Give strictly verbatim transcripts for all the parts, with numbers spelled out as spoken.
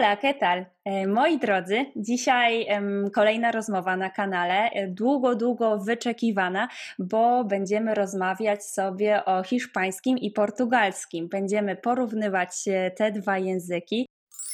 Hola, ¿qué tal? E, Moi drodzy, dzisiaj em, kolejna rozmowa na kanale, e, długo, długo wyczekiwana, bo będziemy rozmawiać sobie o hiszpańskim i portugalskim. Będziemy porównywać e, te dwa języki.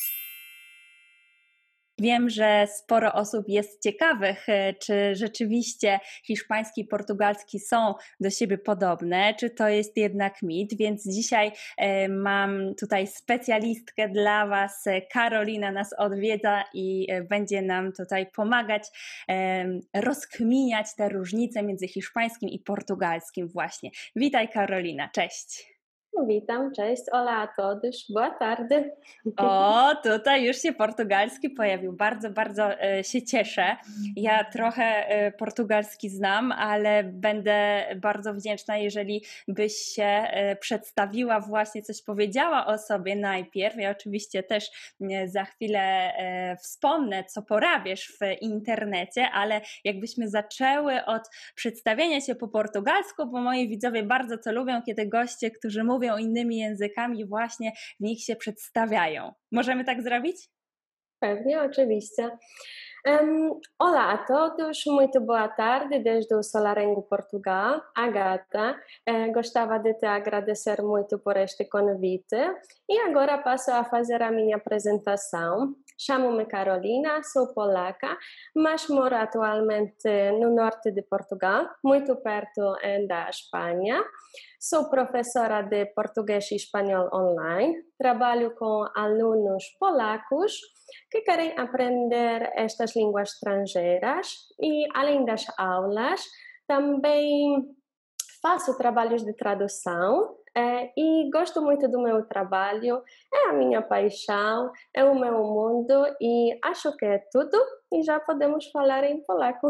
Wiem, że sporo osób jest ciekawych, e, czy rzeczywiście hiszpański i portugalski są do siebie podobne, czy to jest jednak mit, więc dzisiaj e, mam tutaj specjalistkę dla Was. e, Karolina nas odwiedza i e, będzie nam tutaj pomagać e, rozkminiać te różnice między hiszpańskim i portugalskim właśnie. Witaj Karolina, cześć. Witam, cześć, hola a todos, boa tarde. O, tutaj już się portugalski pojawił. Bardzo, bardzo e, się cieszę. Ja trochę e, portugalski znam, ale będę bardzo wdzięczna, jeżeli byś się e, przedstawiła, właśnie coś powiedziała o sobie najpierw. Ja oczywiście też e, za chwilę e, wspomnę, co porabiasz w internecie, ale jakbyśmy zaczęły od przedstawienia się po portugalsku, bo moi widzowie bardzo to lubią, kiedy goście, którzy mówią innymi językami, właśnie w nich się przedstawiają. Możemy tak zrobić? Pewnie, oczywiście. Um, olá a todos, muito boa tarde desde o Solarengo, Portugal. Agata, eh, gostava de te agradecer muito por este convite e agora passo a fazer a minha apresentação. Chamo-me Carolina, sou polaca, mas moro atualmente no norte de Portugal, muito perto eh, da Espanha. Sou professora de português e espanhol online, trabalho com alunos polacos que querem aprender estas línguas estrangeiras e, além das aulas, também faço trabalhos de tradução eh, e gosto muito do meu trabalho, é a minha paixão, é o meu mundo e acho que é tudo e já podemos falar em polaco.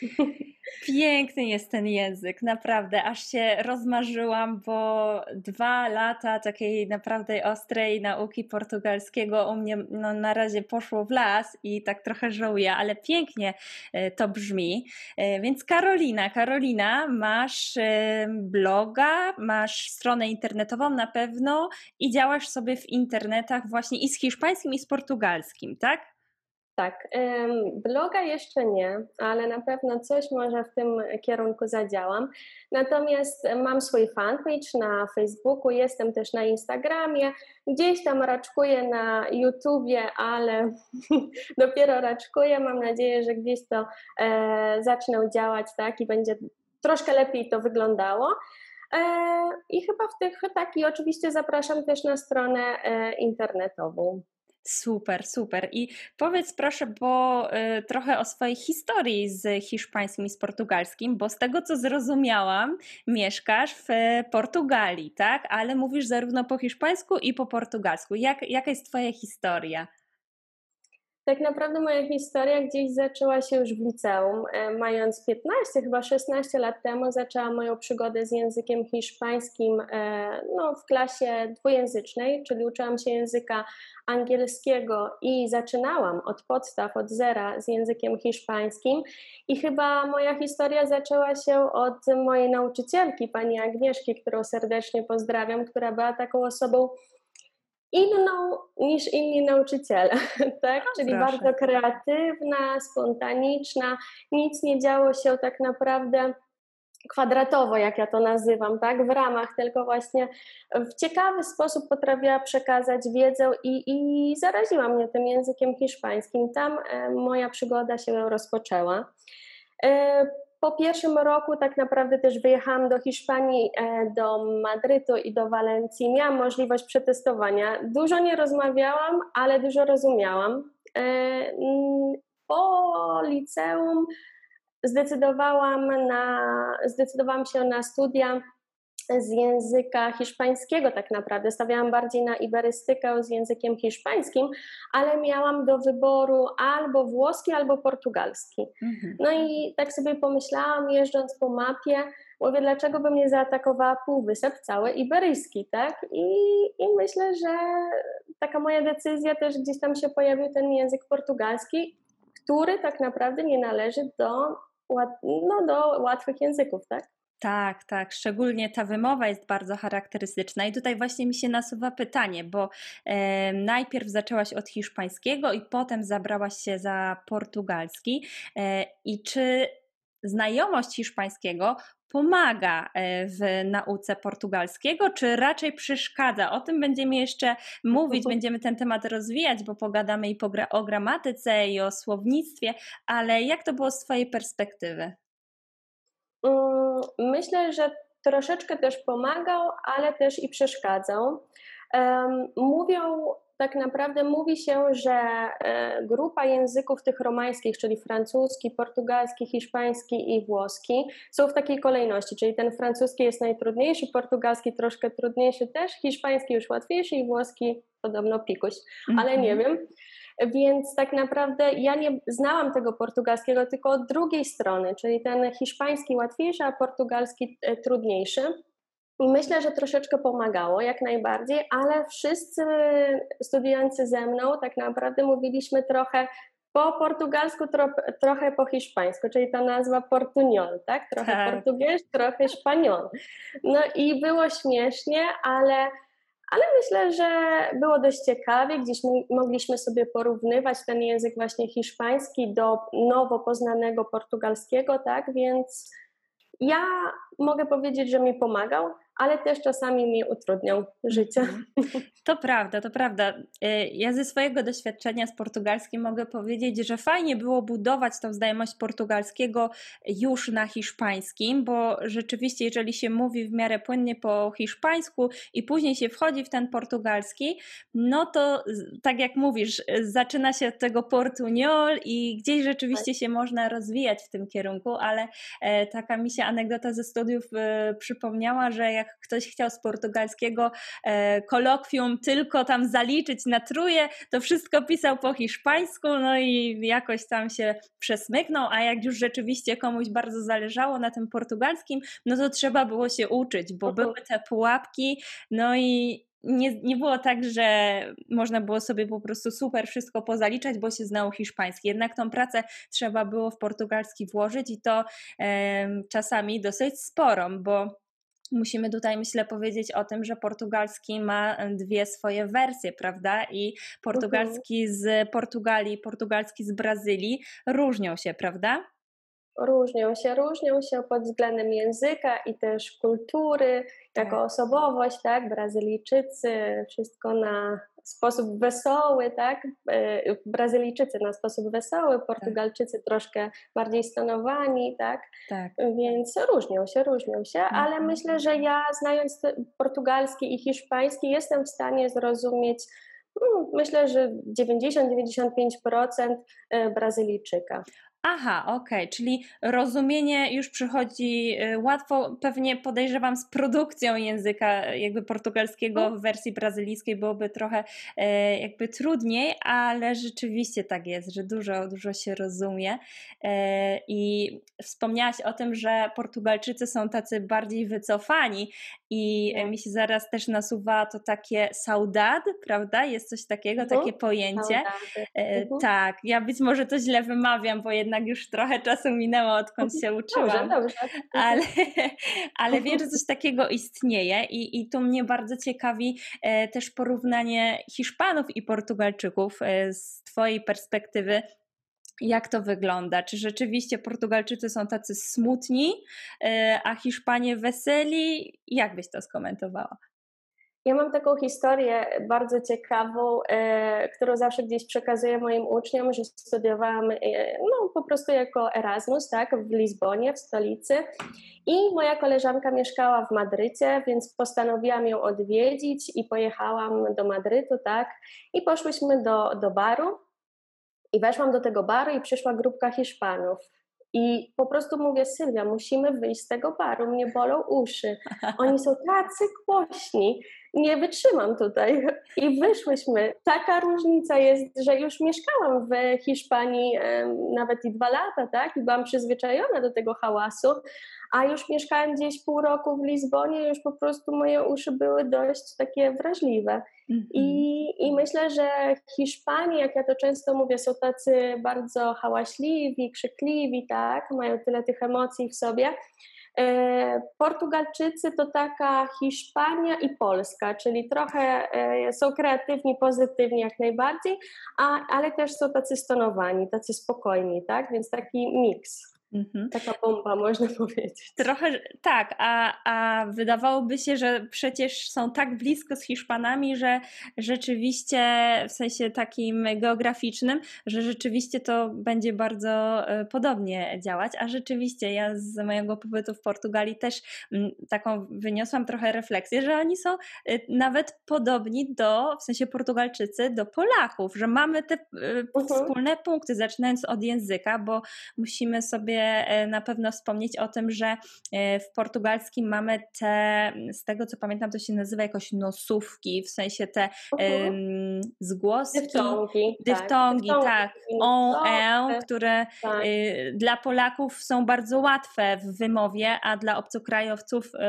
Piękny jest ten język, naprawdę, aż się rozmarzyłam, bo dwa lata takiej naprawdę ostrej nauki portugalskiego u mnie no, na razie poszło w las i tak trochę żałuję, ale pięknie e, to brzmi. E, Więc Karolina, Karolina, masz e, bloga, masz stronę internetową na pewno i działasz sobie w internetach właśnie i z hiszpańskim, i z portugalskim, tak? Tak, em, bloga jeszcze nie, ale na pewno coś może w tym kierunku zadziałam. Natomiast mam swój fanpage na Facebooku, jestem też na Instagramie, gdzieś tam raczkuję na YouTubie, ale dopiero raczkuję. Mam nadzieję, że gdzieś to e, zacznie działać, tak, i będzie troszkę lepiej to wyglądało. E, I chyba w tych, tak, i oczywiście zapraszam też na stronę e, internetową. Super, super. I powiedz proszę, bo y, trochę o swojej historii z hiszpańskim i z portugalskim, bo z tego co zrozumiałam, mieszkasz w y, Portugalii, tak? Ale mówisz zarówno po hiszpańsku i po portugalsku. Jak, jaka jest twoja historia? Tak naprawdę moja historia gdzieś zaczęła się już w liceum. E, Mając piętnaście, chyba szesnaście lat temu, zaczęłam moją przygodę z językiem hiszpańskim e, no, w klasie dwujęzycznej, czyli uczyłam się języka angielskiego i zaczynałam od podstaw, od zera z językiem hiszpańskim. I chyba moja historia zaczęła się od mojej nauczycielki, pani Agnieszki, którą serdecznie pozdrawiam, która była taką osobą inną niż inni nauczyciele, tak? O, Czyli proszę. bardzo kreatywna, spontaniczna, nic nie działo się tak naprawdę kwadratowo, jak ja to nazywam, tak? W ramach, tylko właśnie w ciekawy sposób potrafiła przekazać wiedzę i, i zaraziła mnie tym językiem hiszpańskim. Tam e, moja przygoda się rozpoczęła. E, Po pierwszym roku tak naprawdę też wyjechałam do Hiszpanii, e, do Madrytu i do Walencji. Miałam możliwość przetestowania. Dużo nie rozmawiałam, ale dużo rozumiałam. E, mm, Po liceum zdecydowałam, na, zdecydowałam się na studia z języka hiszpańskiego tak naprawdę. Stawiałam bardziej na iberystykę z językiem hiszpańskim, ale miałam do wyboru albo włoski, albo portugalski. Mhm. No i tak sobie pomyślałam, jeżdżąc po mapie, mówię, dlaczego bym nie zaatakowała półwysep cały iberyjski, tak? I, I myślę, że taka moja decyzja też gdzieś tam się pojawił ten język portugalski, który tak naprawdę nie należy do, łat- no, do łatwych języków, tak? Tak, tak. Szczególnie ta wymowa jest bardzo charakterystyczna i tutaj właśnie mi się nasuwa pytanie, bo e, najpierw zaczęłaś od hiszpańskiego i potem zabrałaś się za portugalski. E, I czy znajomość hiszpańskiego pomaga e, w nauce portugalskiego, czy raczej przeszkadza? O tym będziemy jeszcze mówić, będziemy ten temat rozwijać, bo pogadamy i po gra- o gramatyce, i o słownictwie, ale jak to było z Twojej perspektywy? Mm, Myślę, że troszeczkę też pomagał, ale też i przeszkadzał. Em, Mówią, tak naprawdę mówi się, że e, grupa języków tych romańskich, czyli francuski, portugalski, hiszpański i włoski, są w takiej kolejności, czyli ten francuski jest najtrudniejszy, portugalski troszkę trudniejszy też, hiszpański już łatwiejszy i włoski podobno pikuś, ale nie Mhm. wiem. Więc tak naprawdę ja nie znałam tego portugalskiego tylko od drugiej strony, czyli ten hiszpański łatwiejszy, a portugalski e, trudniejszy. I myślę, że troszeczkę pomagało, jak najbardziej, ale wszyscy studiujący ze mną tak naprawdę mówiliśmy trochę po portugalsku, tro, trochę po hiszpańsku, czyli ta nazwa portuñol, tak? Trochę Tak. portugiesz, trochę hiszpaniol. No i było śmiesznie, ale ale myślę, że było dość ciekawie, gdzieś mogliśmy sobie porównywać ten język właśnie hiszpański do nowo poznanego portugalskiego, tak, więc ja mogę powiedzieć, że mi pomagał, ale też czasami mi utrudniał życie. Mhm. To prawda, to prawda. Y, Ja ze swojego doświadczenia z portugalskim mogę powiedzieć, że fajnie było budować tą znajomość portugalskiego już na hiszpańskim, bo rzeczywiście, jeżeli się mówi w miarę płynnie po hiszpańsku i później się wchodzi w ten portugalski, no to z- tak jak mówisz, y, zaczyna się od tego portuñol i gdzieś rzeczywiście się można rozwijać w tym kierunku, ale e, taka mi się anegdota ze studiów e, przypomniała, że jak ktoś chciał z portugalskiego e, kolokwium tylko tam zaliczyć na truje, to wszystko pisał po hiszpańsku, no i jakoś tam się przesmyknął, a jak już rzeczywiście komuś bardzo zależało na tym portugalskim, no to trzeba było się uczyć, bo Mhm. były te pułapki, no i nie, nie było tak, że można było sobie po prostu super wszystko pozaliczać, bo się znało hiszpański. Jednak tą pracę trzeba było w portugalski włożyć i to em, czasami dosyć sporą, bo musimy tutaj, myślę, powiedzieć o tym, że portugalski ma dwie swoje wersje, prawda? I Mhm. portugalski z Portugalii i portugalski z Brazylii różnią się, prawda? Różnią się, różnią się pod względem języka i też kultury, Tak. jako osobowość, tak? Brazylijczycy, wszystko na sposób wesoły, tak? E, Brazylijczycy na sposób wesoły, Tak, Portugalczycy troszkę bardziej stonowani, tak? tak. Więc różnią się, różnią się, ale Mhm. myślę, że ja znając te- portugalski i hiszpański jestem w stanie zrozumieć, mm, myślę, że dziewięćdziesiąt do dziewięćdziesięciu pięciu procent e, Brazylijczyka. Aha, okej, czyli rozumienie już przychodzi y, łatwo, pewnie podejrzewam z produkcją języka y, jakby portugalskiego w wersji brazylijskiej byłoby trochę e, jakby trudniej, ale rzeczywiście tak jest, że dużo, dużo się rozumie. E, I wspomniałaś o tym, że Portugalczycy są tacy bardziej wycofani i e, Tak. mi się zaraz też nasuwa to takie saudade, prawda? Jest coś takiego, Mhm. takie pojęcie. Saudade. E, Mhm. tak, ja być może to źle wymawiam, bo jednak już trochę czasu minęło, odkąd się Dobrze, uczyłam, dobrze. ale, Mhm. ale wiem, że coś takiego istnieje i, i tu mnie bardzo ciekawi e, też porównanie Hiszpanów i Portugalczyków e, z Twojej perspektywy. Jak to wygląda? Czy rzeczywiście Portugalczycy są tacy smutni, e, a Hiszpanie weseli? Jak byś to skomentowała? Ja mam taką historię bardzo ciekawą, e, którą zawsze gdzieś przekazuję moim uczniom, że studiowałam e, no, po prostu jako Erasmus, tak, w Lizbonie, w stolicy. I moja koleżanka mieszkała w Madrycie, więc postanowiłam ją odwiedzić i pojechałam do Madrytu, tak. I poszłyśmy do, do baru i weszłam do tego baru i przyszła grupka Hiszpanów. I po prostu mówię, Sylwia, musimy wyjść z tego baru, mnie bolą uszy. Oni są tacy głośni, nie wytrzymam tutaj. I wyszłyśmy. Taka różnica jest, że już mieszkałam w Hiszpanii em, nawet i dwa lata, tak? I byłam przyzwyczajona do tego hałasu, a już mieszkałam gdzieś pół roku w Lizbonie, już po prostu moje uszy były dość takie wrażliwe. Mhm. I, I myślę, że Hiszpanie, jak ja to często mówię, są tacy bardzo hałaśliwi, krzykliwi, tak, mają tyle tych emocji w sobie, Portugalczycy to taka Hiszpania i Polska, czyli trochę są kreatywni, pozytywni jak najbardziej, a, ale też są tacy stonowani, tacy spokojni, tak? Więc taki miks. Mhm. Taka bomba, można powiedzieć. Trochę tak, a, a wydawałoby się, że przecież są tak blisko z Hiszpanami, że rzeczywiście w sensie takim geograficznym, że rzeczywiście to będzie bardzo podobnie działać, a rzeczywiście ja z mojego pobytu w Portugalii też taką wyniosłam trochę refleksję, że oni są nawet podobni do, w sensie Portugalczycy, do Polaków, że mamy te uh-huh. wspólne punkty, zaczynając od języka, bo musimy sobie na pewno wspomnieć o tym, że w portugalskim mamy te, z tego co pamiętam, to się nazywa jakoś nosówki, w sensie te uh-huh. um, zgłoski, dyftongi, dyftongi, tak, tak. O, e, które tak. y, dla Polaków są bardzo łatwe w wymowie, a dla obcokrajowców y,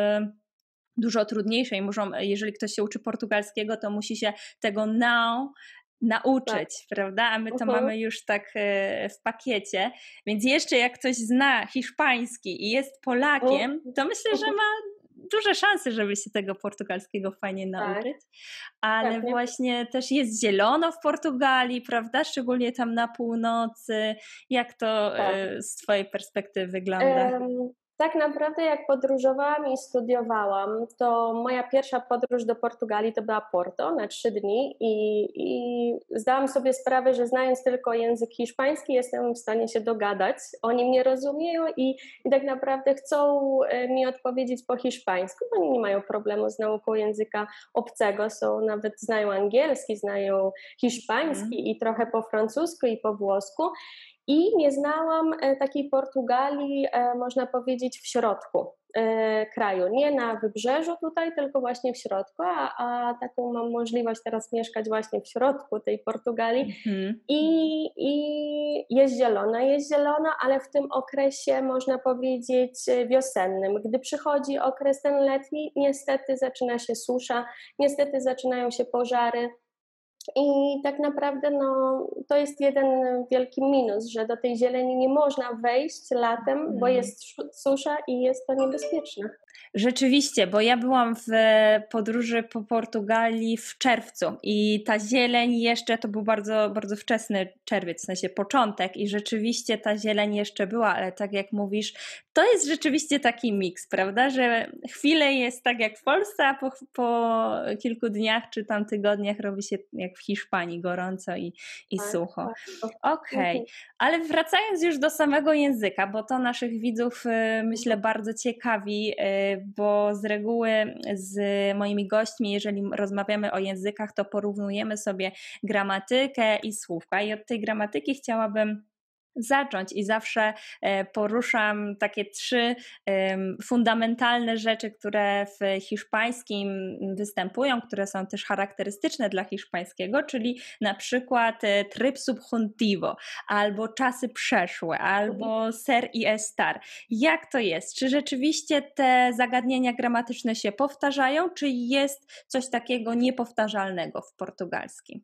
dużo trudniejsze i muszą, jeżeli ktoś się uczy portugalskiego, to musi się tego now nauczyć, tak. prawda? A my to uh-huh. mamy już tak w pakiecie, więc jeszcze jak ktoś zna hiszpański i jest Polakiem, to myślę, że ma duże szanse, żeby się tego portugalskiego fajnie nauczyć, tak. ale tak, właśnie też jest zielono w Portugalii, prawda? Szczególnie tam na północy. Jak to tak. z twojej perspektywy wygląda? Um. Tak naprawdę jak podróżowałam i studiowałam, to moja pierwsza podróż do Portugalii to była Porto na trzy dni i, i zdałam sobie sprawę, że znając tylko język hiszpański jestem w stanie się dogadać. Oni mnie rozumieją i, i tak naprawdę chcą mi odpowiedzieć po hiszpańsku. Oni nie mają problemu z nauką języka obcego, są, nawet znają angielski, znają hiszpański mm. i trochę po francusku i po włosku. I nie znałam takiej Portugalii, można powiedzieć, w środku kraju. Nie na wybrzeżu tutaj, tylko właśnie w środku, a, a taką mam możliwość teraz mieszkać właśnie w środku tej Portugalii. Mm-hmm. I, I jest zielona, jest zielona, ale w tym okresie, można powiedzieć, wiosennym. Gdy przychodzi okres ten letni, niestety zaczyna się susza, niestety zaczynają się pożary. I tak naprawdę no, to jest jeden wielki minus, że do tej zieleni nie można wejść latem, mm. bo jest susza i jest to niebezpieczne. Rzeczywiście, bo ja byłam w podróży po Portugalii w czerwcu i ta zieleń jeszcze, to był bardzo, bardzo wczesny czerwiec, w sensie początek i rzeczywiście ta zieleń jeszcze była, ale tak jak mówisz, to jest rzeczywiście taki miks, prawda, że chwilę jest tak jak w Polsce, a po, po kilku dniach czy tam tygodniach robi się jak w Hiszpanii gorąco i, i tak, sucho. Tak. Okej, okay. Ale wracając już do samego języka, bo to naszych widzów myślę bardzo ciekawi, bo z reguły z moimi gośćmi, jeżeli rozmawiamy o językach, to porównujemy sobie gramatykę i słówka i od tej gramatyki chciałabym zacząć i zawsze poruszam takie trzy fundamentalne rzeczy, które w hiszpańskim występują, które są też charakterystyczne dla hiszpańskiego, czyli na przykład tryb subjuntivo, albo czasy przeszłe, albo ser i estar. Jak to jest? Czy rzeczywiście te zagadnienia gramatyczne się powtarzają, czy jest coś takiego niepowtarzalnego w portugalskim?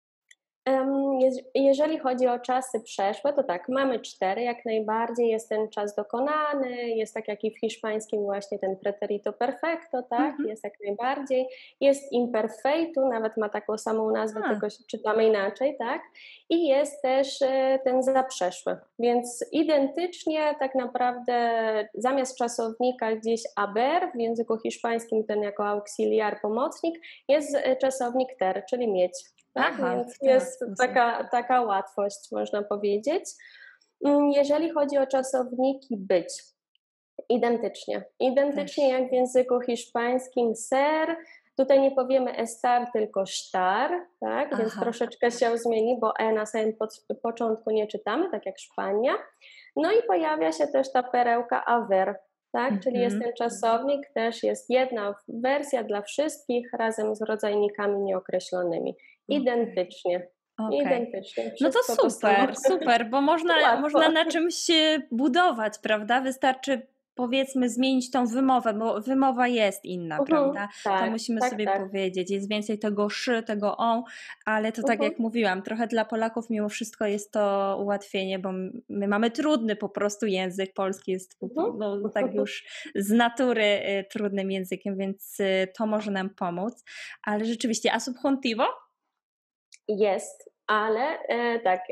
Jeżeli chodzi o czasy przeszłe, to tak, mamy cztery, jak najbardziej jest ten czas dokonany, jest tak jak i w hiszpańskim właśnie ten preterito perfecto, tak, mm-hmm. jest jak najbardziej, jest imperfecto, nawet ma taką samą nazwę, A. tylko czytamy inaczej, tak, i jest też ten zaprzeszły, więc identycznie tak naprawdę zamiast czasownika gdzieś haber, w języku hiszpańskim ten jako auxiliar, pomocnik, jest czasownik ter, czyli mieć. Tak, Aha, więc jest taka, taka łatwość, można powiedzieć. Jeżeli chodzi o czasowniki być, identycznie. Identycznie Też. jak w języku hiszpańskim ser, tutaj nie powiemy estar, tylko sztar, tak, Aha. więc troszeczkę się zmieni, bo e na samym początku nie czytamy, tak jak Szpania. No i pojawia się też ta perełka haver. Tak, mm-hmm. czyli jest ten czasownik, też jest jedna wersja dla wszystkich razem z rodzajnikami nieokreślonymi. Identycznie. Okay. Identycznie. No to super, super, bo można, można na czymś budować, prawda? Wystarczy powiedzmy zmienić tą wymowę, bo wymowa jest inna, Mhm, prawda? To tak, musimy tak, sobie tak. powiedzieć. Jest więcej tego szy, tego on, ale to tak Mhm, jak mówiłam, trochę dla Polaków mimo wszystko jest to ułatwienie, bo my mamy trudny po prostu język. Polski jest mhm. no, tak już z natury y, trudnym językiem, więc y, to może nam pomóc. Ale rzeczywiście, a subjuntivo? Jest, ale e, tak,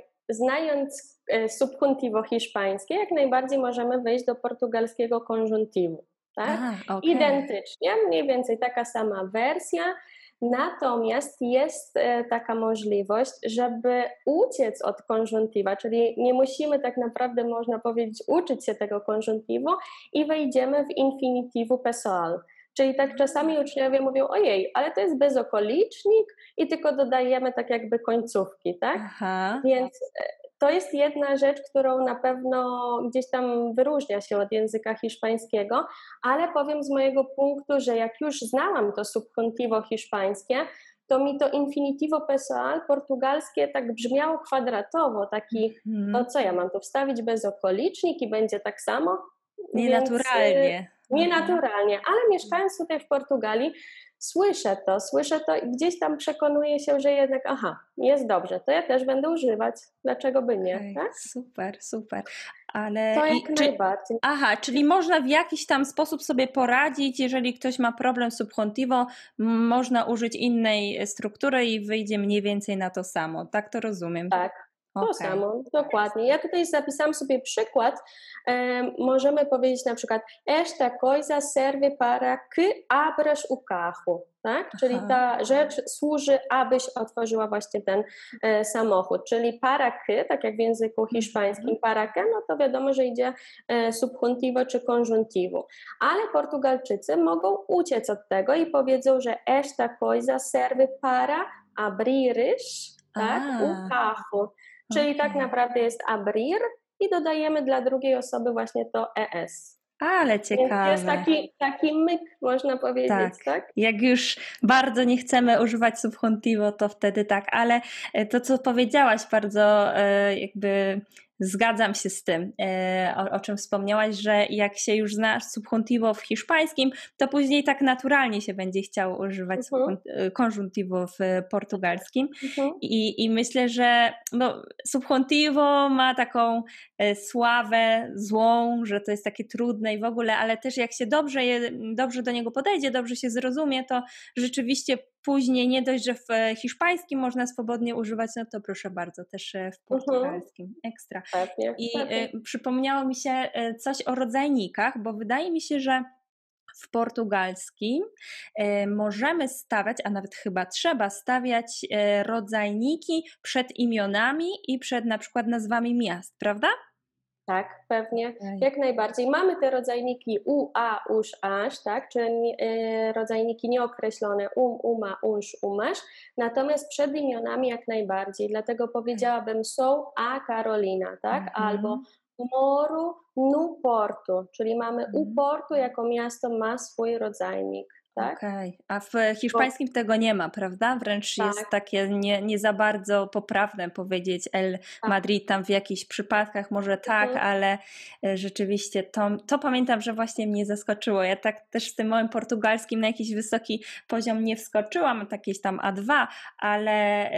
znając e, subjuntivo hiszpańskie, jak najbardziej możemy wejść do portugalskiego konżuntivu, tak? A, okej. Identycznie, mniej więcej taka sama wersja, natomiast jest e, taka możliwość, żeby uciec od konżuntiwa, czyli nie musimy tak naprawdę, można powiedzieć, uczyć się tego konżuntivu i wejdziemy w infinitivu pessoal. Czyli tak czasami uczniowie mówią, ojej, ale to jest bezokolicznik i tylko dodajemy tak jakby końcówki, tak? Aha. Więc e, to jest jedna rzecz, którą na pewno gdzieś tam wyróżnia się od języka hiszpańskiego, ale powiem z mojego punktu, że jak już znałam to subjuntivo hiszpańskie, to mi to infinitivo pessoal portugalskie tak brzmiało kwadratowo, taki, Mhm. to co ja mam tu wstawić bezokolicznik i będzie tak samo? Więc, e, Nienaturalnie. Nienaturalnie, ale mieszkając tutaj w Portugalii, słyszę to, słyszę to i gdzieś tam przekonuję się, że jednak, aha, jest dobrze, to ja też będę używać, dlaczego by nie, Okej, tak? super, super. Ale To i jak czy, najbardziej. aha, czyli można w jakiś tam sposób sobie poradzić, jeżeli ktoś ma problem z subjuntivo, m- można użyć innej struktury i wyjdzie mniej więcej na to samo. Tak to rozumiem. Tak, to Okej. samo, dokładnie. Ja tutaj zapisałam sobie przykład. E, możemy powiedzieć na przykład esta coisa serve para que abras o carro, tak? Czyli Aha. ta rzecz służy, abyś otworzyła właśnie ten e, samochód. Czyli para que, tak jak w języku hiszpańskim Mhm. para que, no to wiadomo, że idzie e, subjuntivo czy konżuntivo. Ale Portugalczycy mogą uciec od tego i powiedzą, że esta coisa serve para abrires, tak, u A, carro. Czyli tak okej. naprawdę jest abrir i dodajemy dla drugiej osoby właśnie to es. Ale Więc ciekawe. jest taki, taki myk, można powiedzieć, Tak, tak? jak już bardzo nie chcemy używać subjuntivo, to wtedy tak, ale e, to, co powiedziałaś, bardzo e, jakby zgadzam się z tym, e, o, o czym wspomniałaś, że jak się już zna subjuntivo w hiszpańskim, to później tak naturalnie się będzie chciało używać Mhm, subjun- konżuntivo w portugalskim. mhm, I, I myślę, że no, subjuntivo ma taką e, sławę złą, że to jest takie trudne i w ogóle, ale też jak się dobrze, je, dobrze do niego podejdzie, dobrze się zrozumie, to rzeczywiście później nie dość, że w e, hiszpańskim można swobodnie używać, no to proszę bardzo, też e, w mhm, portugalskim. Ekstra. pewnie, I pewnie. e, przypomniało mi się e, coś o rodzajnikach, bo wydaje mi się, że w portugalskim e, możemy stawiać, a nawet chyba trzeba stawiać e, rodzajniki przed imionami i przed na przykład nazwami miast, prawda? Tak, pewnie, Okej. jak najbardziej. Mamy te rodzajniki u, a, usz, aż, tak, czyli e, rodzajniki nieokreślone um, uma, unsz, umasz, natomiast przed imionami jak najbardziej, dlatego powiedziałabym są a Karolina, tak, albo Mhm. moru nu Portu, czyli mamy u Mhm. Portu jako miasto ma swój rodzajnik, tak? Okej, a w Bo, hiszpańskim tego nie ma, prawda? Wręcz jest tak, takie nie, nie za bardzo poprawne powiedzieć El tak. Madrid, tam w jakichś przypadkach może tak, Mhm. ale e, rzeczywiście to, to pamiętam, że właśnie mnie zaskoczyło. Ja tak też z tym moim portugalskim na jakiś wysoki poziom nie wskoczyłam, jakieś tam A dwa, ale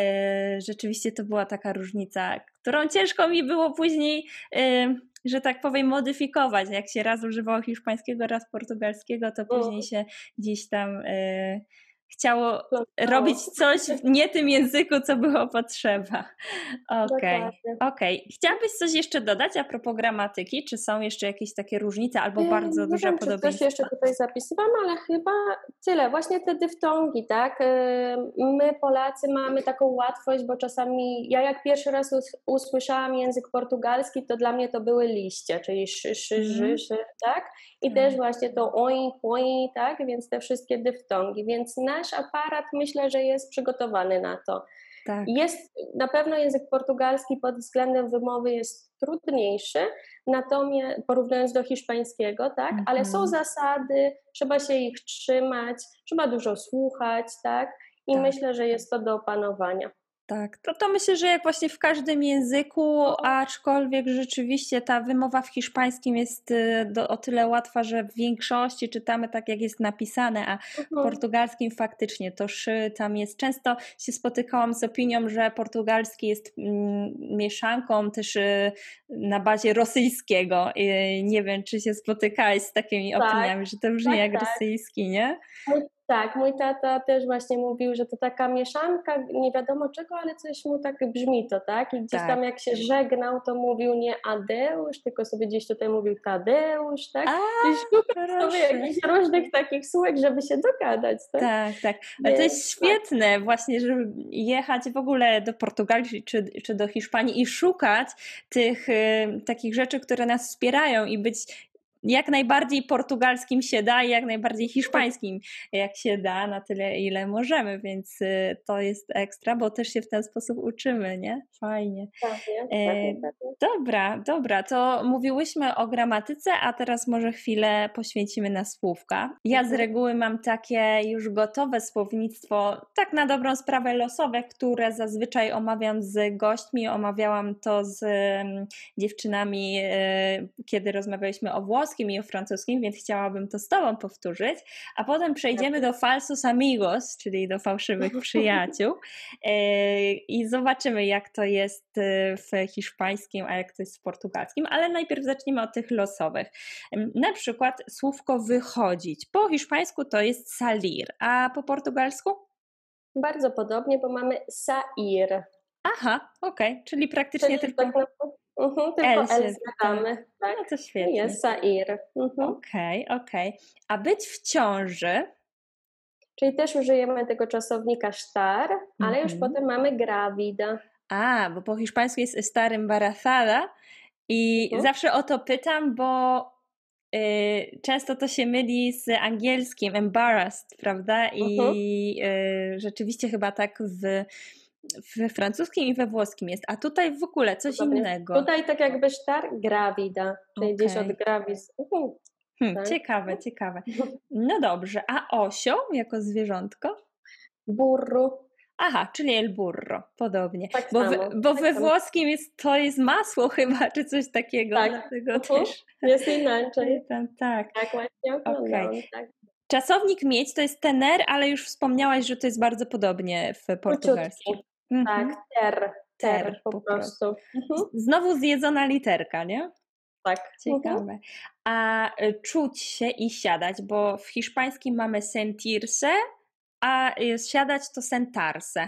e, rzeczywiście to była taka różnica, którą ciężko mi było później e, że tak powiem, modyfikować. Jak się raz używało hiszpańskiego, raz portugalskiego, to później Mm, się gdzieś tam y, chciało robić plątało. coś w nie tym języku, co było potrzeba. Okej, Dokładnie. okej. Chciałabyś coś jeszcze dodać a propos gramatyki? Czy są jeszcze jakieś takie różnice albo bardzo Nie duże wiem, czy coś jeszcze podobieństwa? tutaj zapisywałam, ale chyba tyle. Właśnie te dyftongi, tak? My Polacy mamy taką łatwość, bo czasami ja jak pierwszy raz us- usłyszałam język portugalski, to dla mnie to były liście, czyli szy, szy, ży, Mhm. szy, tak? I Tak. też właśnie to oink, oink, tak? Więc te wszystkie dyftongi. Więc nasz aparat myślę, że jest przygotowany na to. Tak. Jest na pewno język portugalski pod względem wymowy jest trudniejszy, natomiast porównując do hiszpańskiego, tak, ale są Mhm. zasady, trzeba się ich trzymać, trzeba dużo słuchać, tak, i Tak. myślę, że jest to do opanowania. tak. To, to myślę, że jak właśnie w każdym języku, aczkolwiek rzeczywiście ta wymowa w hiszpańskim jest do, o tyle łatwa, że w większości czytamy tak, jak jest napisane, a w Mhm. portugalskim faktycznie to szy tam jest. Często się spotykałam z opinią, że portugalski jest mm, mieszanką też y, na bazie rosyjskiego. Y, nie wiem, czy się spotykałeś z takimi Tak, opiniami, że to brzmi tak, jak tak. rosyjski, nie? Mój, tak, mój tata też właśnie mówił, że to taka mieszanka, nie wiadomo czego, ale coś mu tak brzmi to, tak? I gdzieś Tak. tam jak się żegnał, to mówił nie Adeusz, tylko sobie gdzieś tutaj mówił Tadeusz, tak? A, I szukał sobie proszę. jakichś różnych takich słówek, żeby się dogadać, tak? Tak, tak. Ale to jest Więc, świetne właśnie, żeby jechać w ogóle do Portugalii czy, czy do Hiszpanii i szukać tych y, takich rzeczy, które nas wspierają i być jak najbardziej portugalskim się da i jak najbardziej hiszpańskim jak się da, na tyle ile możemy, więc y, to jest ekstra, bo też się w ten sposób uczymy, nie? Fajnie. Pewnie, E, pewnie, pewnie. Dobra, dobra, to mówiłyśmy o gramatyce, a teraz może chwilę poświęcimy na słówka. Ja z Mhm. reguły mam takie już gotowe słownictwo, tak na dobrą sprawę losowe, które zazwyczaj omawiam z gośćmi. Omawiałam to z um, dziewczynami, e, kiedy rozmawialiśmy o włoskim i o francuskim, więc chciałabym to z tobą powtórzyć, a potem przejdziemy do falsos amigos, czyli do fałszywych przyjaciół e, i zobaczymy, jak to jest w hiszpańskim, a jak to jest w portugalskim, ale najpierw zacznijmy od tych losowych. Na przykład słówko wychodzić. Po hiszpańsku to jest salir, a po portugalsku? Bardzo podobnie, bo mamy sair. Aha, okej, okay. Czyli praktycznie Czyli tylko tak naprawdę, uh-huh, tylko L się L zgadamy. Tak. No to świetnie. Jest sair. Uh-huh. Okej, okay, okej. Okay. A być w ciąży? Czyli też użyjemy tego czasownika sztar, ale mm-hmm. już potem mamy gravida. A, bo po hiszpańsku jest estar embarazada i uh-huh. zawsze o to pytam, bo y, często to się myli z angielskim embarrassed, prawda? I uh-huh. y, rzeczywiście chyba tak w, w francuskim i we włoskim jest, a tutaj w ogóle coś Podobnie. innego. Tutaj tak jakby sztar gravida, czyli okay. gdzieś od gravis. Uh-huh. Hmm, tak? Ciekawe, ciekawe. No dobrze, a osioł jako zwierzątko? Burro. Aha, czyli el burro, podobnie. Tak bo samo, we, bo tak we samo. włoskim jest, to jest masło chyba, czy coś takiego. Tak, dlatego uh-huh. też. Jest inaczej. Tam, tak, tak właśnie oglądałam, okay. tak. Czasownik mieć to jest tener, ale już wspomniałaś, że to jest bardzo podobnie w portugalskim. Mhm. Tak, ter, ter, ter po, po prostu. Mhm. Znowu zjedzona literka, nie? Tak. Ciekawe. Mhm. A czuć się i siadać, bo w hiszpańskim mamy sentirse, a siadać to sentarse.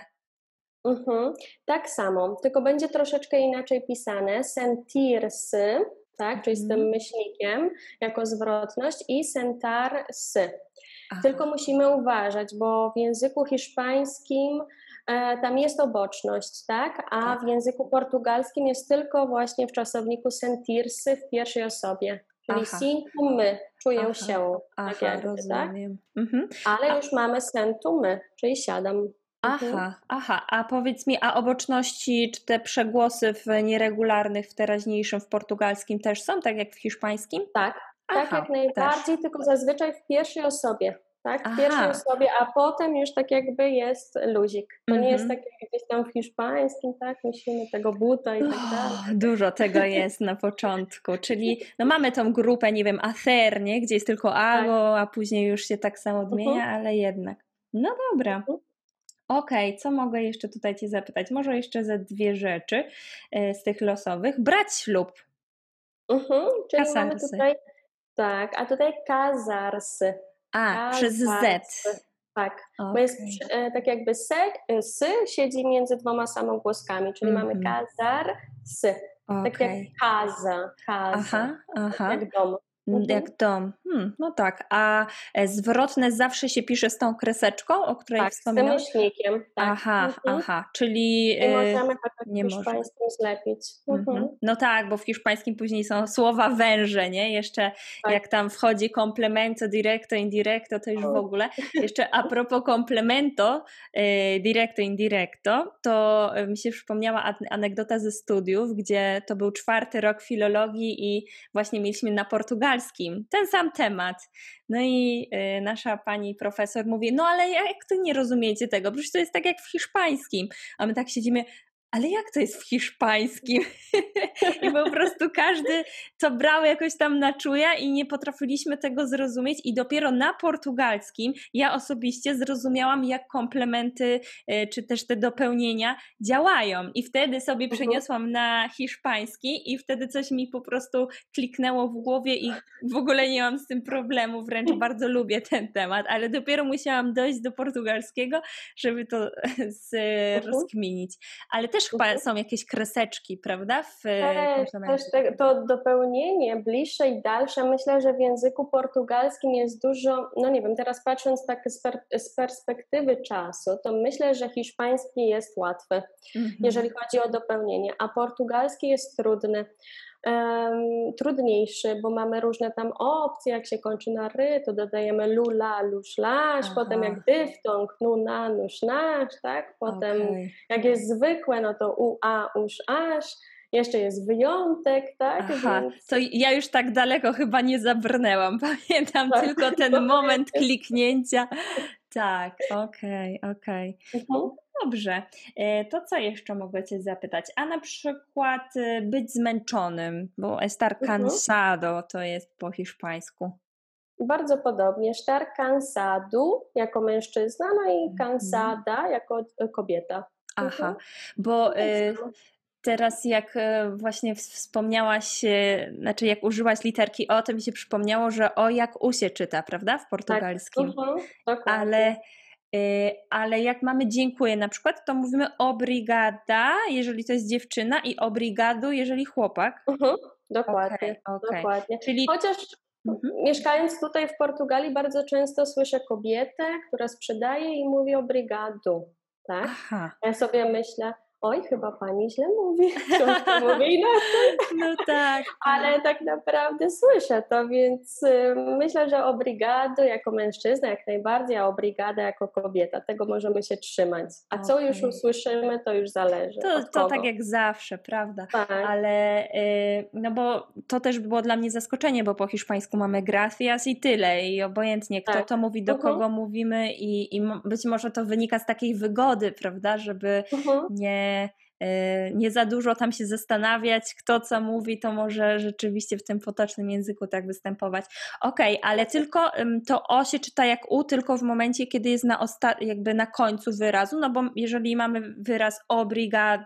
Mhm. Tak samo, tylko będzie troszeczkę inaczej pisane. Sentirse, tak, czyli z tym myślnikiem jako zwrotność i sentarsy. Aha. Tylko musimy uważać, bo w języku hiszpańskim e, tam jest oboczność, tak, a tak. w języku portugalskim jest tylko właśnie w czasowniku sentirse w pierwszej osobie. Czyli sinto my, czuję aha, się. Aha, tak jakby, rozumiem. Tak? Mhm. Ale a... już mamy sentu my, czyli siadam. Aha, mhm. aha, a powiedz mi, a oboczności czy te przegłosy w nieregularnych, w teraźniejszym, w portugalskim też są, tak jak w hiszpańskim? Tak, aha, tak jak najbardziej, też. Tylko zazwyczaj w pierwszej osobie. Tak, w aha. pierwszej osobie, a potem już tak jakby jest luzik. To mm-hmm. nie jest tak jak gdzieś tam w hiszpańskim, tak, musimy tego buta i tak dalej. Oh, dużo tego jest na początku, czyli no mamy tą grupę, nie wiem, hacer, nie? Gdzie jest tylko algo, tak. a później już się tak samo odmienia, uh-huh. ale jednak. No dobra. Uh-huh. Okej, okay, co mogę jeszcze tutaj Cię zapytać? Może jeszcze ze dwie rzeczy y, z tych losowych. Brać ślub. Uh-huh. Czyli Kasarsy. Mamy tutaj, tak, a tutaj kazarsy. A, kazarsy. Przez Z. Tak, okay. Bo jest e, tak jakby se, e, sy siedzi między dwoma samogłoskami, czyli mm-hmm. mamy kazarsy. Okay. Tak jak kaza, kaza. Aha, aha. Tak jak dom. Mhm. Jak dom. Hmm, no tak, a zwrotne zawsze się pisze z tą kreseczką, o której tak, wspominałaś? z tym myślnikiem. Tak. Aha, mhm. aha, czyli... Nie możemy tak nie w hiszpańskim zlepić. Mhm. Mhm. No tak, bo w hiszpańskim później są słowa węże, nie? Jeszcze tak. jak tam wchodzi complemento, directo, indirecto, to już w ogóle. Jeszcze a propos complemento, eh, directo, indirecto, to mi się przypomniała anegdota ze studiów, gdzie to był czwarty rok filologii i właśnie mieliśmy na Portugalii portugalskim, ten sam temat. No i y, nasza pani profesor mówi, no ale jak to nie rozumiecie tego? Przecież to jest tak jak w hiszpańskim. A my tak siedzimy, ale jak to jest w hiszpańskim? I po prostu każdy to brał jakoś tam na czuja i nie potrafiliśmy tego zrozumieć i dopiero na portugalskim ja osobiście zrozumiałam, jak komplementy czy też te dopełnienia działają i wtedy sobie przeniosłam na hiszpański i wtedy coś mi po prostu kliknęło w głowie i w ogóle nie mam z tym problemu, wręcz bardzo lubię ten temat, ale dopiero musiałam dojść do portugalskiego, żeby to rozkminić. Ale też chyba są jakieś kreseczki, prawda? W też, też te, to dopełnienie bliższe i dalsze, myślę, że w języku portugalskim jest dużo, no nie wiem, teraz patrząc tak z, per, z perspektywy czasu, to myślę, że hiszpański jest łatwy, mm-hmm. jeżeli chodzi o dopełnienie, a portugalski jest trudny. Um, trudniejszy, bo mamy różne tam opcje, jak się kończy na ry, to dodajemy lula, luszlasz, potem jak dyftong, nu, na, nusz, nasz, tak? Potem okay. jak jest zwykłe, no to u, a, usz, aż, jeszcze jest wyjątek, tak? Aha, więc... to ja już tak daleko chyba nie zabrnęłam, pamiętam tak, tylko ten moment jest... kliknięcia. Tak, okej, okay, okej. Okay. Mhm. Dobrze, to co jeszcze mogę Cię zapytać? A na przykład być zmęczonym, bo estar cansado to jest po hiszpańsku. Bardzo podobnie, estar cansado jako mężczyzna, no i cansada jako kobieta. Aha, mhm. bo y, teraz jak właśnie wspomniałaś, znaczy jak użyłaś literki O, to mi się przypomniało, że O jak U się czyta, prawda? W portugalskim. Tak, uh-huh, dokładnie. Ale Ale jak mamy dziękuję na przykład, to mówimy obrigada, jeżeli to jest dziewczyna i obrigado, jeżeli chłopak. Uh-huh, dokładnie, okay, okay. dokładnie. Czyli... Chociaż uh-huh. mieszkając tutaj w Portugalii bardzo często słyszę kobietę, która sprzedaje i mówi obrigado, tak? Aha. Ja sobie myślę, oj, chyba pani źle mówi, książka mówi inaczej. No tak. Ale tak naprawdę słyszę to, więc y, myślę, że obrigado jako mężczyzna jak najbardziej, a obrigada jako kobieta. Tego możemy się trzymać. A okay. co już usłyszymy, to już zależy To, od to kogo. tak jak zawsze, prawda? Tak. Ale y, no bo to też było dla mnie zaskoczenie, bo po hiszpańsku mamy gracias i tyle. I obojętnie kto tak. to mówi, do uh-huh. kogo mówimy i, i być może to wynika z takiej wygody, prawda? Żeby uh-huh. nie nie za dużo tam się zastanawiać, kto co mówi, to może rzeczywiście w tym potocznym języku tak występować. Okej, okay, ale tylko to O się czyta jak U, tylko w momencie, kiedy jest na osta- jakby na końcu wyrazu, no bo jeżeli mamy wyraz obrigado,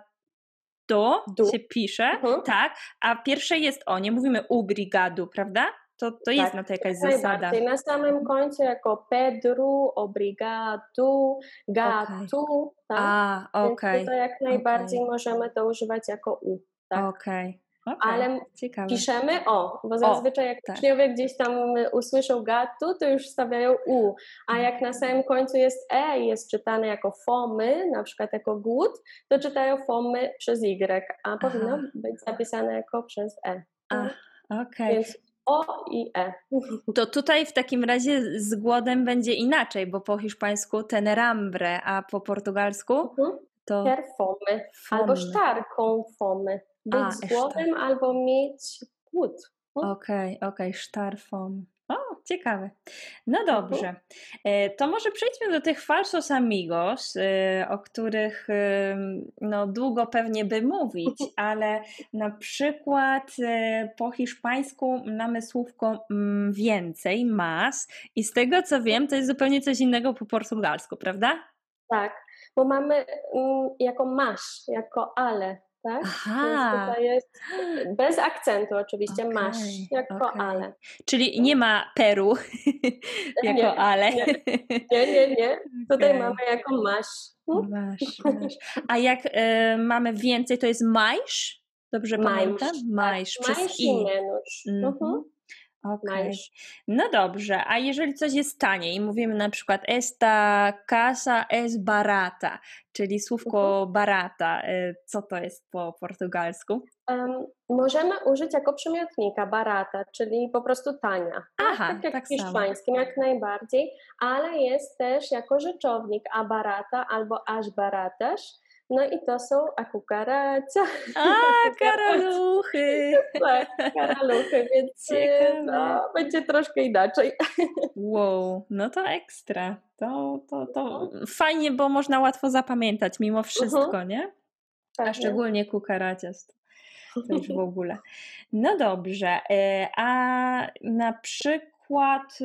Du. się pisze, uh-huh. tak, a pierwsze jest O, nie mówimy obrigado, prawda? To, to jest tak, na to jakaś zasada. Na samym końcu jako Pedro, obrigado, gato, okay. tak? A, okej. Okay. To jak najbardziej okay. możemy to używać jako U, tak? Okej. Okay. Okay. Ale ciekawe. Piszemy O, bo zazwyczaj o, jak tak. uczniowie gdzieś tam usłyszą gato, to już stawiają U, a jak na samym końcu jest E i jest czytane jako fomy, na przykład jako głód, to czytają fomy przez Y, a powinno Aha. być zapisane jako przez E. A, okej. Okay. O i E. To tutaj w takim razie z głodem będzie inaczej, bo po hiszpańsku tenerambre, a po portugalsku to... Ter fomy, albo sztarką fomy. Być a, z głodem sztar. Albo mieć głód. Okej, okay, okej, okay. Sztarfom. O, ciekawe. No dobrze. To może przejdźmy do tych falsos amigos, o których no, długo pewnie by mówić, ale na przykład po hiszpańsku mamy słówko więcej, más i z tego co wiem, to jest zupełnie coś innego po portugalsku, prawda? Tak, bo mamy jako masz, jako ale. Tak? Aha. Tutaj jest bez akcentu oczywiście, okay, masz jako okay. ale. Czyli nie ma Peru jako nie, ale. Nie, nie, nie. nie. Tutaj okay. mamy jako masz. Masz, masz. A jak y, mamy więcej, to jest majsz? Dobrze majsz, pamiętam? Majsz, tak. przez majsz i. i menusz. Mm-hmm. Okay. No dobrze, a jeżeli coś jest tanie i mówimy na przykład esta casa es barata, czyli słówko uh-huh. barata, co to jest po portugalsku? Um, możemy użyć jako przymiotnika barata, czyli po prostu tania. Aha, tak jak tak w hiszpańskim samo. Jak najbardziej, ale jest też jako rzeczownik a barata albo aż baratas, No i to są a cucaracha. A, karaluchy! Tak, karaluchy, więc no, będzie troszkę inaczej. Wow, no to ekstra. To, to, to fajnie, bo można łatwo zapamiętać mimo wszystko, uh-huh. nie? A szczególnie cucarachas. To już w ogóle. No dobrze. A na przykład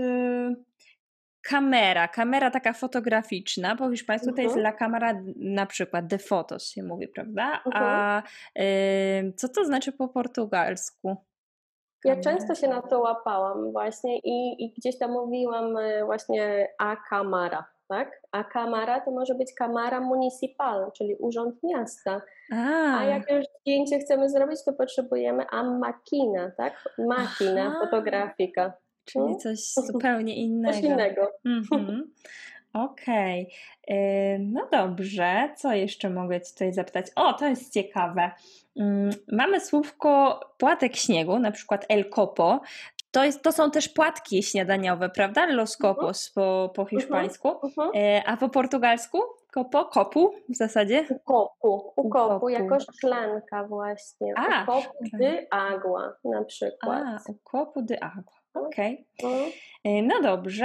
kamera, kamera taka fotograficzna, po hiszpańsku uh-huh. to jest la cámara, na przykład de fotos się mówi, prawda? Uh-huh. A y, co to znaczy po portugalsku? Ja często się na to łapałam właśnie i, i gdzieś tam mówiłam właśnie a cámara, tak? A cámara to może być cámara municipal, czyli urząd miasta. A, a jak już zdjęcie chcemy zrobić, to potrzebujemy a máquina, tak? Máquina fotografika. Czyli hmm? coś zupełnie innego. Coś innego. Mm-hmm. Okej. Okay. No dobrze. Co jeszcze mogę Ci tutaj zapytać? O, to jest ciekawe. Mamy słówko płatek śniegu, na przykład el copo. To, jest, to są też płatki śniadaniowe, prawda? Los copos uh-huh. po, po hiszpańsku. Uh-huh. A po portugalsku? Kopo? Kopu w zasadzie? U kopu. U kopu, jako szklanka właśnie. A, u kopu de agua na przykład. A, u kopu de agua. Okej. Okay. No dobrze.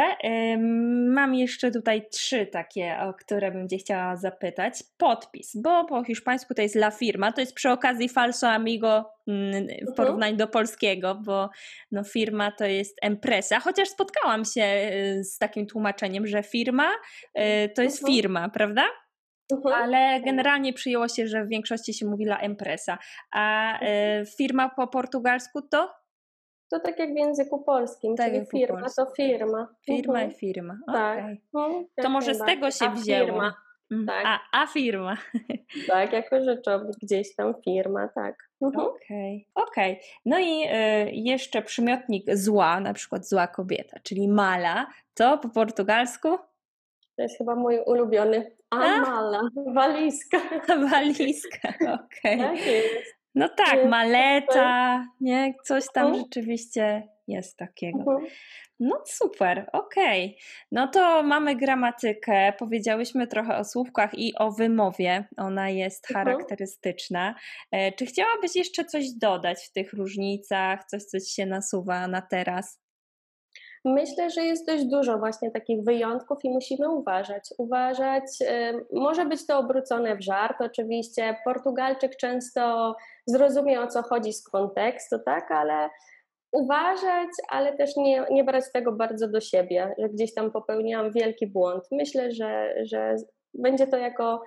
Mam jeszcze tutaj trzy takie, o które bym Cię chciała zapytać. Podpis, bo po hiszpańsku to jest la firma. To jest przy okazji falso amigo w porównaniu do polskiego, bo no firma to jest empresa. Chociaż spotkałam się z takim tłumaczeniem, że firma to jest firma, prawda? Uh-huh. Ale generalnie przyjęło się, że w większości się mówi la empresa. A firma po portugalsku to? To tak jak w języku polskim, tak, czyli firma polsku. To firma. Firma i firma, tak. Okay. Mhm, to może z tego się a wzięło. Firma. Tak. A, a firma. Tak, jako rzeczownik gdzieś tam firma, tak. Mhm. Okej, okay. okay. No i y, jeszcze przymiotnik zła, na przykład zła kobieta, czyli mala, to po portugalsku? To jest chyba mój ulubiony. A, a? Mala, walizka. Walizka, okej. Okay. Tak jest. No tak, maleta, nie? Coś tam uh-huh. rzeczywiście jest takiego. Uh-huh. No super, okej. Okay. No to mamy gramatykę, powiedziałyśmy trochę o słówkach i o wymowie. Ona jest uh-huh. charakterystyczna. E, czy chciałabyś jeszcze coś dodać w tych różnicach? Coś, co ci się nasuwa na teraz? Myślę, że jest dość dużo właśnie takich wyjątków i musimy uważać. Uważać, y, może być to obrócone w żart oczywiście. Portugalczyk często zrozumie, o co chodzi z kontekstu, tak, ale uważać, ale też nie, nie brać tego bardzo do siebie, że gdzieś tam popełniłam wielki błąd. Myślę, że, że będzie to jako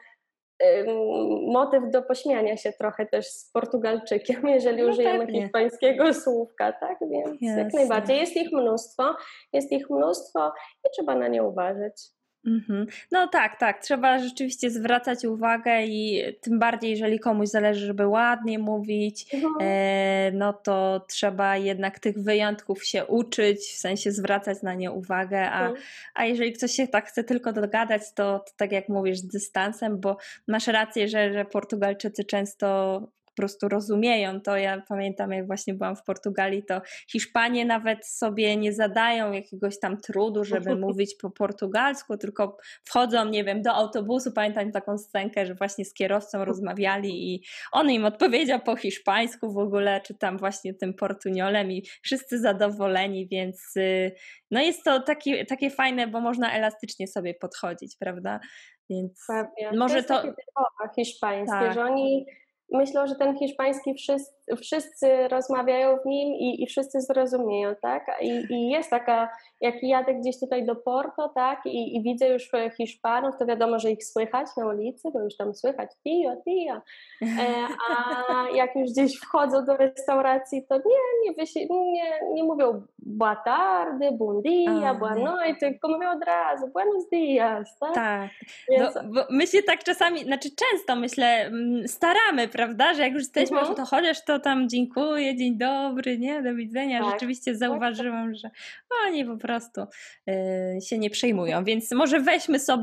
motyw do pośmiania się trochę też z Portugalczykiem, jeżeli no użyjemy pewnie. hiszpańskiego słówka, tak? Więc Jasne. jak najbardziej. Jest ich mnóstwo, jest ich mnóstwo i trzeba na nie uważać. Mm-hmm. No tak, tak. Trzeba rzeczywiście zwracać uwagę i tym bardziej, jeżeli komuś zależy, żeby ładnie mówić, mm-hmm. e, no to trzeba jednak tych wyjątków się uczyć, w sensie zwracać na nie uwagę, a, mm. a jeżeli ktoś się tak chce tylko dogadać, to, to tak jak mówisz, z dystansem, bo masz rację, że, że Portugalczycy często po prostu rozumieją to. Ja pamiętam, jak właśnie byłam w Portugalii, to Hiszpanie nawet sobie nie zadają jakiegoś tam trudu, żeby mówić po portugalsku, tylko wchodzą, nie wiem, do autobusu. Pamiętam taką scenkę, że właśnie z kierowcą rozmawiali i on im odpowiedział po hiszpańsku w ogóle, czy tam właśnie tym portuniolem i wszyscy zadowoleni, więc no jest to takie, takie fajne, bo można elastycznie sobie podchodzić, prawda? Więc Pewnie. może to jest to... takie typowe hiszpańskie, tak. że oni myślą, że ten hiszpański wszyscy, wszyscy rozmawiają w nim i, i wszyscy zrozumieją, tak? I, I jest taka, jak jadę gdzieś tutaj do Porto, tak? I, i widzę już Hiszpanów, to wiadomo, że ich słychać na ulicy, bo już tam słychać tio, tio. E, a jak już gdzieś wchodzą do restauracji, to nie, nie, wysi- nie, nie mówią boa tarde, bom dia, boa noite, tylko mówią od razu buenos dias, tak? Tak. Więc... No, bo my się tak czasami, znaczy często myślę, staramy, prawda, że jak już jesteśmy, uh-huh. to chociaż to tam dziękuję, dzień dobry, nie, do widzenia. Tak. Rzeczywiście zauważyłam, że oni po prostu y, się nie przejmują, więc może weźmy sobie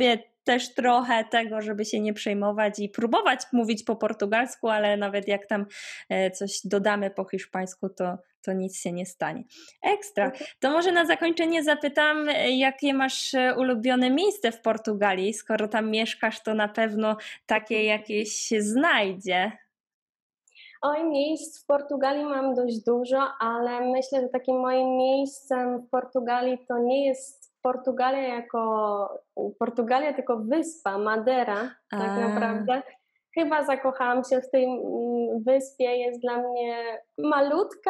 też trochę tego, żeby się nie przejmować i próbować mówić po portugalsku, ale nawet jak tam coś dodamy po hiszpańsku, to, to nic się nie stanie. Ekstra. To może na zakończenie zapytam, jakie masz ulubione miejsce w Portugalii? Skoro tam mieszkasz, to na pewno takie jakieś się znajdzie. Oj, miejsc w Portugalii mam dość dużo, ale myślę, że takim moim miejscem w Portugalii to nie jest Portugalia jako Portugalia, tylko wyspa, Madeira, A. tak naprawdę. Chyba zakochałam się w tej wyspie, jest dla mnie malutka,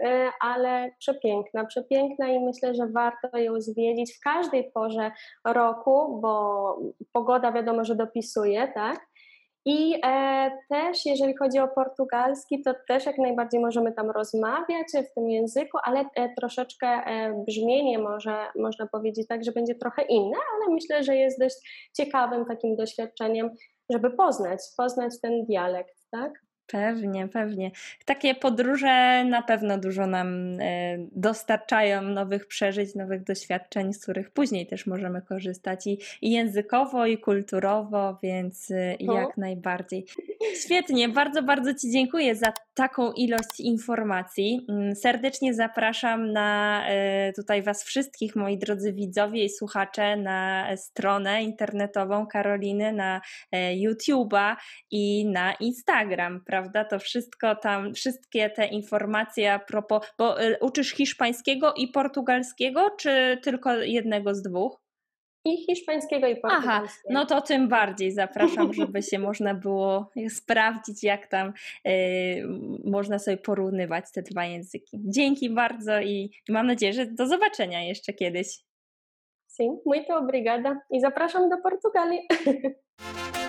ale przepiękna, przepiękna i myślę, że warto ją zwiedzić w każdej porze roku, bo pogoda wiadomo, że dopisuje, tak? I e, też jeżeli chodzi o portugalski, to też jak najbardziej możemy tam rozmawiać w tym języku, ale e, troszeczkę e, brzmienie może, można powiedzieć tak, że będzie trochę inne, ale myślę, że jest dość ciekawym takim doświadczeniem, żeby poznać, poznać ten dialekt, tak? Pewnie, pewnie. Takie podróże na pewno dużo nam dostarczają nowych przeżyć, nowych doświadczeń, z których później też możemy korzystać i, i językowo, i kulturowo, więc no. jak najbardziej. Świetnie, bardzo, bardzo Ci dziękuję za taką ilość informacji. Serdecznie zapraszam na tutaj Was wszystkich, moi drodzy widzowie i słuchacze, na stronę internetową Karoliny, na YouTube'a i na Instagram, prawda? To wszystko tam, wszystkie te informacje a propos, bo uczysz hiszpańskiego i portugalskiego, czy tylko jednego z dwóch? I hiszpańskiego, i portugalskiego. Aha, no to tym bardziej zapraszam, żeby się można było sprawdzić, jak tam y, można sobie porównywać te dwa języki. Dzięki bardzo i, i mam nadzieję, że do zobaczenia jeszcze kiedyś. Sí, muito obrigada i zapraszam do Portugalii.